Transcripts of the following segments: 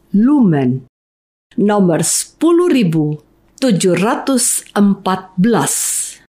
Lumen nomor 10.714.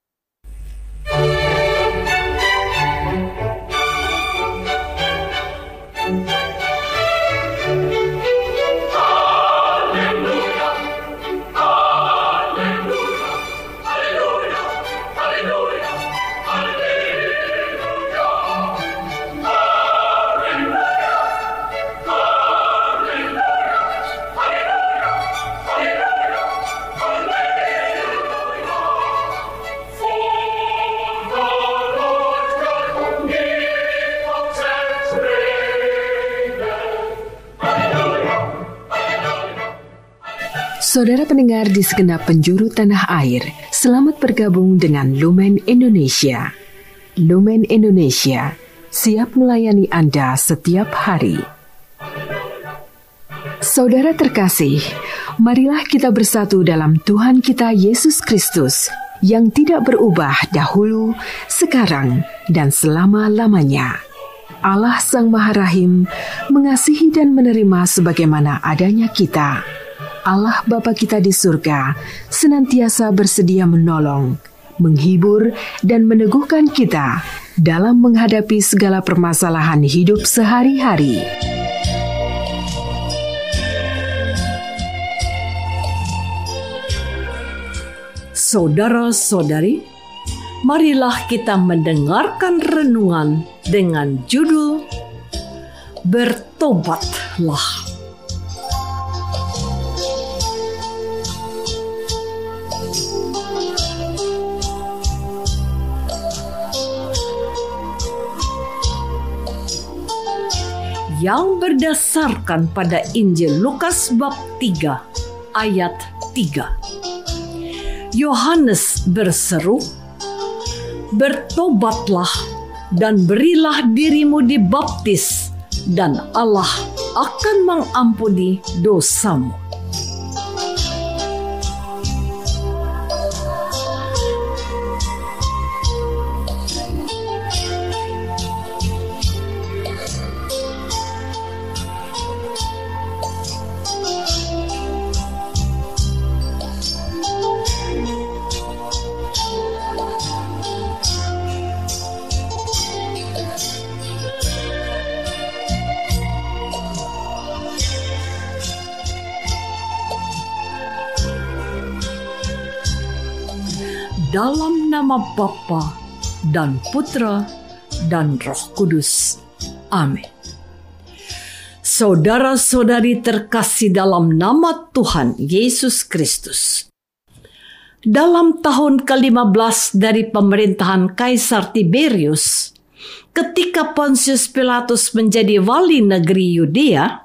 Saudara pendengar di segenap penjuru tanah air, selamat bergabung dengan Lumen Indonesia. Lumen Indonesia siap melayani Anda setiap hari. Saudara terkasih, marilah kita bersatu dalam Tuhan kita Yesus Kristus yang tidak berubah dahulu, sekarang, dan selama-lamanya. Allah Sang Maha Rahim mengasihi dan menerima sebagaimana adanya kita. Allah Bapa kita di surga senantiasa bersedia menolong, menghibur, dan meneguhkan kita dalam menghadapi segala permasalahan hidup sehari-hari. Saudara-saudari, marilah kita mendengarkan renungan dengan judul Bertobatlah. Yang berdasarkan pada Injil Lukas bab 3 ayat 3. Yohanes berseru, "Bertobatlah dan berilah dirimu dibaptis, dan Allah akan mengampuni dosamu." Dalam nama Bapa dan Putra dan Roh Kudus. Amin. Saudara-saudari terkasih dalam nama Tuhan Yesus Kristus. Dalam tahun ke-15 dari pemerintahan Kaisar Tiberius, ketika Pontius Pilatus menjadi wali negeri Yudea,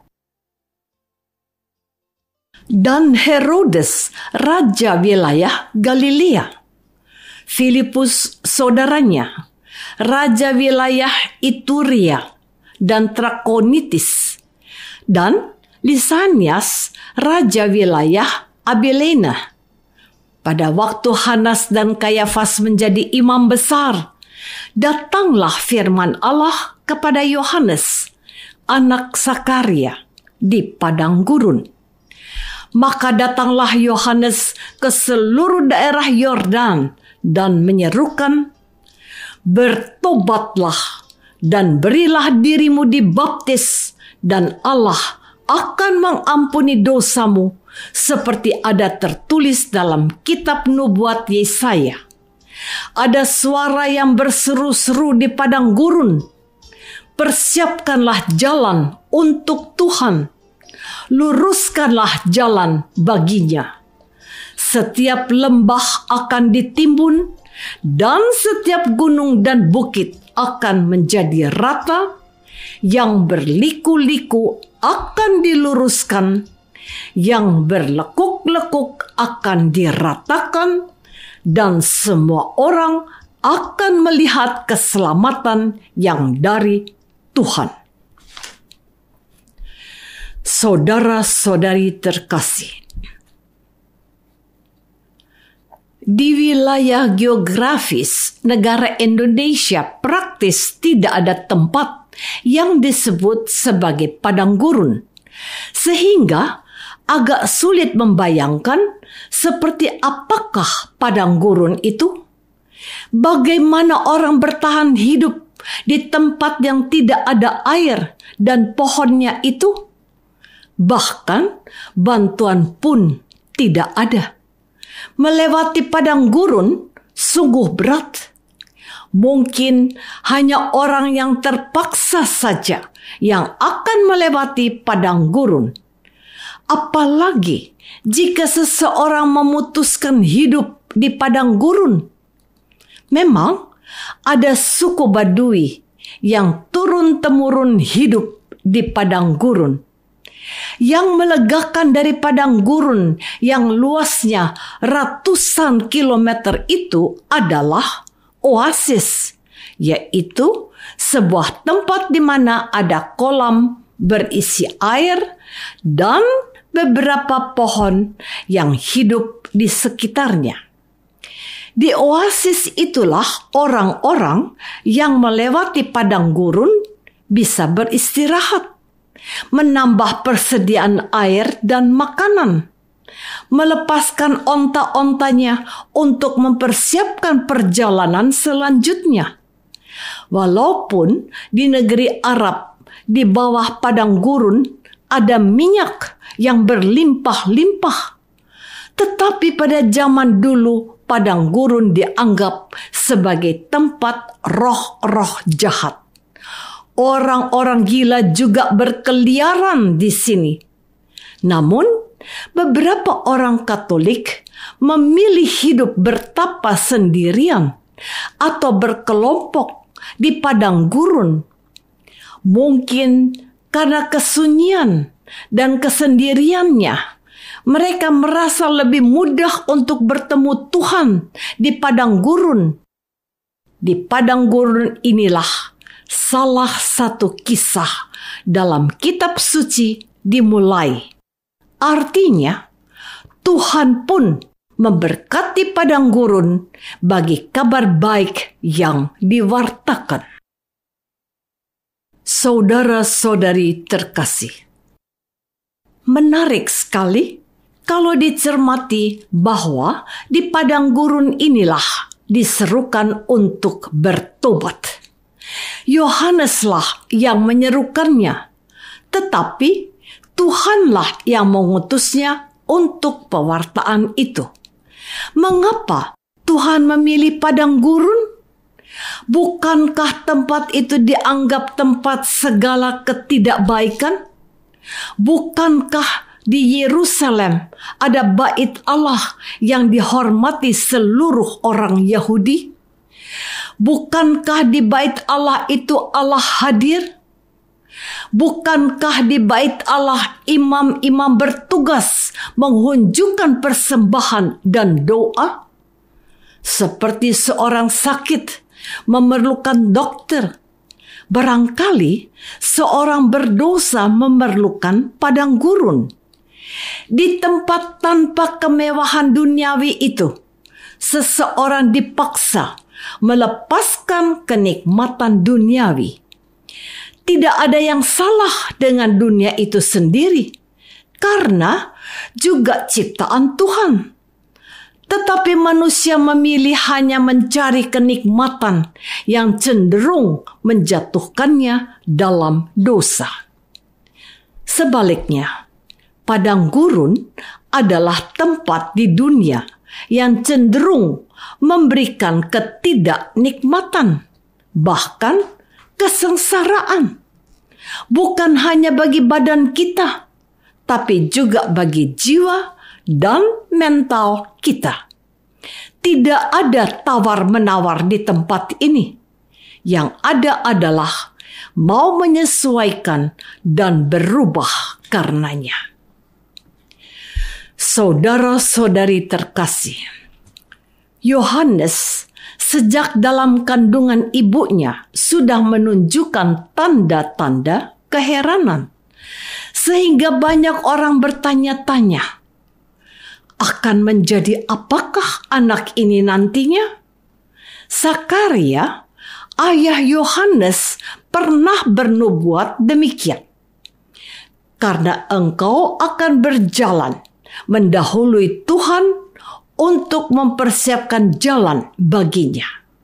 dan Herodes raja wilayah Galilea, Filipus saudaranya, raja wilayah Ituria dan Trakonitis, dan Lisanias, raja wilayah Abilene. Pada waktu Hanas dan Kayafas menjadi imam besar, datanglah firman Allah kepada Yohanes, anak Sakaria, di padang gurun. Maka datanglah Yohanes ke seluruh daerah Yordan dan menyerukan, "Bertobatlah dan berilah dirimu dibaptis, dan Allah akan mengampuni dosamu, seperti ada tertulis dalam kitab nubuat Yesaya." Ada suara yang berseru-seru di padang gurun, "Persiapkanlah jalan untuk Tuhan, luruskanlah jalan baginya. Setiap lembah akan ditimbun, dan setiap gunung dan bukit akan menjadi rata. Yang berliku-liku akan diluruskan, yang berlekuk-lekuk akan diratakan, dan semua orang akan melihat keselamatan yang dari Tuhan." Saudara-saudari terkasih, di wilayah geografis negara Indonesia praktis tidak ada tempat yang disebut sebagai padang gurun, Sehingga agak sulit membayangkan seperti apakah padang gurun itu. Bagaimana orang bertahan hidup di tempat yang tidak ada air dan pohonnya itu? Bahkan bantuan pun tidak ada. Melewati padang gurun sungguh berat. Mungkin hanya orang yang terpaksa saja yang akan melewati padang gurun. Apalagi jika seseorang memutuskan hidup di padang gurun. Memang ada suku Badui yang turun-temurun hidup di padang gurun. Yang melegakan dari padang gurun yang luasnya ratusan kilometer itu adalah oasis, yaitu sebuah tempat di mana ada kolam berisi air dan beberapa pohon yang hidup di sekitarnya. Di oasis itulah orang-orang yang melewati padang gurun bisa beristirahat, menambah persediaan air dan makanan, melepaskan onta-ontanya untuk mempersiapkan perjalanan selanjutnya. Walaupun di negeri Arab di bawah padang gurun ada minyak yang berlimpah-limpah, tetapi pada zaman dulu padang gurun dianggap sebagai tempat roh-roh jahat. Orang-orang gila juga berkeliaran di sini. Namun, beberapa orang Katolik memilih hidup bertapa sendirian atau berkelompok di padang gurun. Mungkin karena kesunyian dan kesendiriannya, mereka merasa lebih mudah untuk bertemu Tuhan di padang gurun. Di padang gurun inilah salah satu kisah dalam kitab suci dimulai. Artinya, Tuhan pun memberkati padang gurun bagi kabar baik yang diwartakan. Saudara-saudari terkasih, menarik sekali kalau dicermati bahwa di padang gurun inilah diserukan untuk bertobat. Yohaneslah yang menyerukannya, tetapi Tuhanlah yang mengutusnya untuk pewartaan itu. Mengapa Tuhan memilih padang gurun? Bukankah tempat itu dianggap tempat segala ketidakbaikan? Bukankah di Yerusalem ada bait Allah yang dihormati seluruh orang Yahudi? Bukankah di bait Allah itu Allah hadir? Bukankah di bait Allah imam-imam bertugas menghunjukkan persembahan dan doa? Seperti seorang sakit memerlukan dokter, barangkali seorang berdosa memerlukan padang gurun. Di tempat tanpa kemewahan duniawi itu, seseorang dipaksa melepaskan kenikmatan duniawi. Tidak ada yang salah dengan dunia itu sendiri, karena juga ciptaan Tuhan. Tetapi manusia memilih hanya mencari kenikmatan yang cenderung menjatuhkannya dalam dosa. Sebaliknya, padang gurun adalah tempat di dunia yang cenderung memberikan ketidaknikmatan, bahkan kesengsaraan. Bukan hanya bagi badan kita, tapi juga bagi jiwa dan mental kita. Tidak ada tawar-menawar di tempat ini. Yang ada adalah mau menyesuaikan dan berubah karenanya. Saudara-saudari terkasih, Yohanes sejak dalam kandungan ibunya sudah menunjukkan tanda-tanda keheranan, sehingga banyak orang bertanya-tanya, akan menjadi apakah anak ini nantinya? Sakaria, ayah Yohanes, pernah bernubuat demikian. karena engkau akan berjalan mendahului Tuhan untuk mempersiapkan jalan baginya.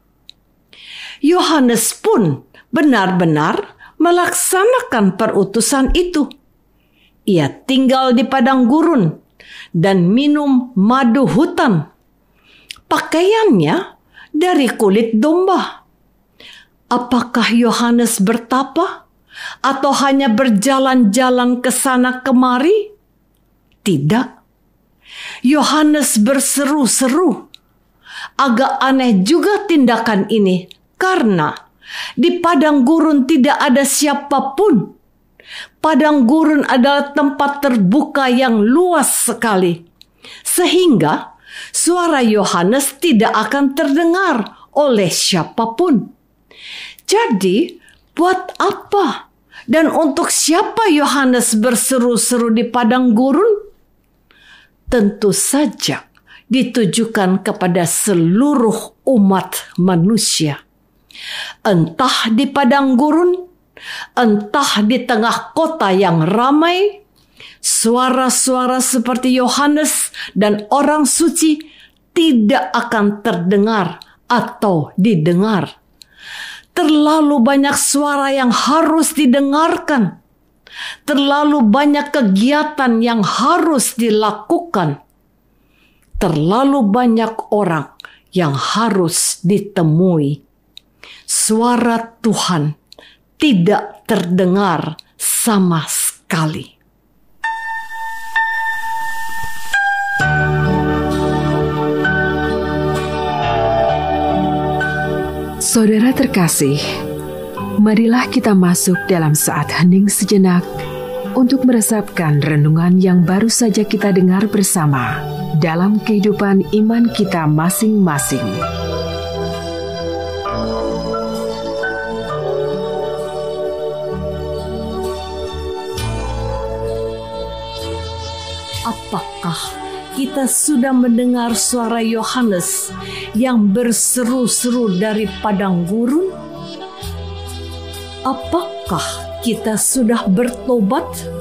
Yohanes pun benar-benar melaksanakan perutusan itu. Ia tinggal di padang gurun dan minum madu hutan. Pakaiannya dari kulit domba. Apakah Yohanes bertapa atau hanya berjalan-jalan ke sana kemari? Tidak. Yohanes berseru-seru. Agak aneh juga tindakan ini karena di padang gurun tidak ada siapapun. Padang gurun adalah tempat terbuka yang luas sekali, sehingga suara Yohanes tidak akan terdengar oleh siapapun. Jadi, buat apa dan untuk siapa Yohanes berseru-seru di padang gurun? Tentu saja ditujukan kepada seluruh umat manusia. Entah di padang gurun, entah di tengah kota yang ramai, suara-suara seperti Yohanes dan orang suci tidak akan terdengar atau didengar. Terlalu banyak suara yang harus didengarkan. Terlalu banyak kegiatan yang harus dilakukan. Terlalu banyak orang yang harus ditemui. Suara Tuhan tidak terdengar sama sekali. Saudara terkasih, marilah kita masuk dalam saat hening sejenak untuk meresapkan renungan yang baru saja kita dengar bersama dalam kehidupan iman kita masing-masing. Apakah kita sudah mendengar suara Yohanes yang berseru-seru dari padang gurun? Apakah kita sudah bertobat?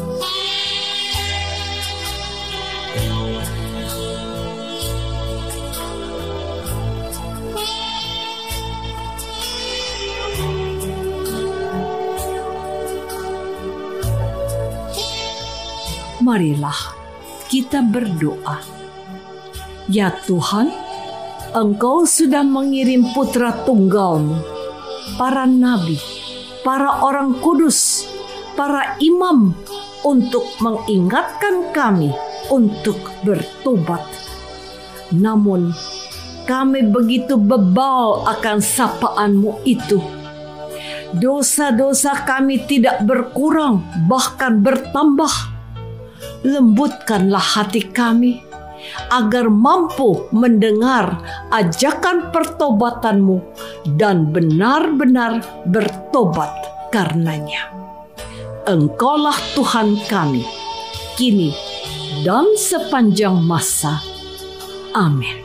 Marilah kita berdoa. Ya Tuhan, Engkau sudah mengirim putra tunggal-Mu, para nabi, para orang kudus, para imam untuk mengingatkan kami untuk bertobat. Namun kami begitu bebal akan sapaan-Mu itu. Dosa-dosa kami tidak berkurang, bahkan bertambah. Lembutkanlah hati kami agar mampu mendengar ajakan pertobatan-Mu dan benar-benar bertobat karenanya. Engkaulah Tuhan kami, kini dan sepanjang masa. Amin.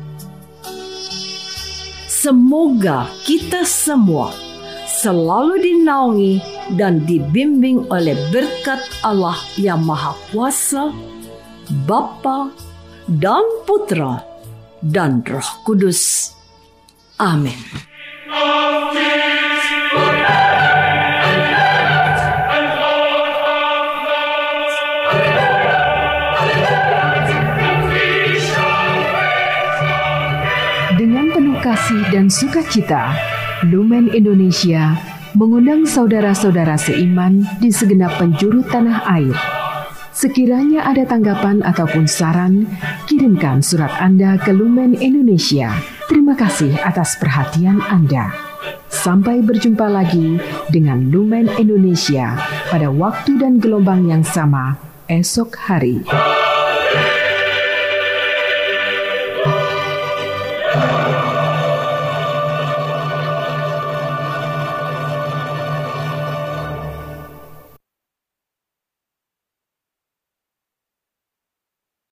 Semoga kita semua selalu dinaungi dan dibimbing oleh berkat Allah yang Maha Kuasa, Bapa dan Putra dan Roh Kudus. Amin. Dengan penuh kasih dan sukacita, Lumen Indonesia mengundang saudara-saudara seiman di segenap penjuru tanah air. Sekiranya ada tanggapan ataupun saran, kirimkan surat Anda ke Lumen Indonesia. Terima kasih atas perhatian Anda. Sampai berjumpa lagi dengan Lumen Indonesia pada waktu dan gelombang yang sama esok hari.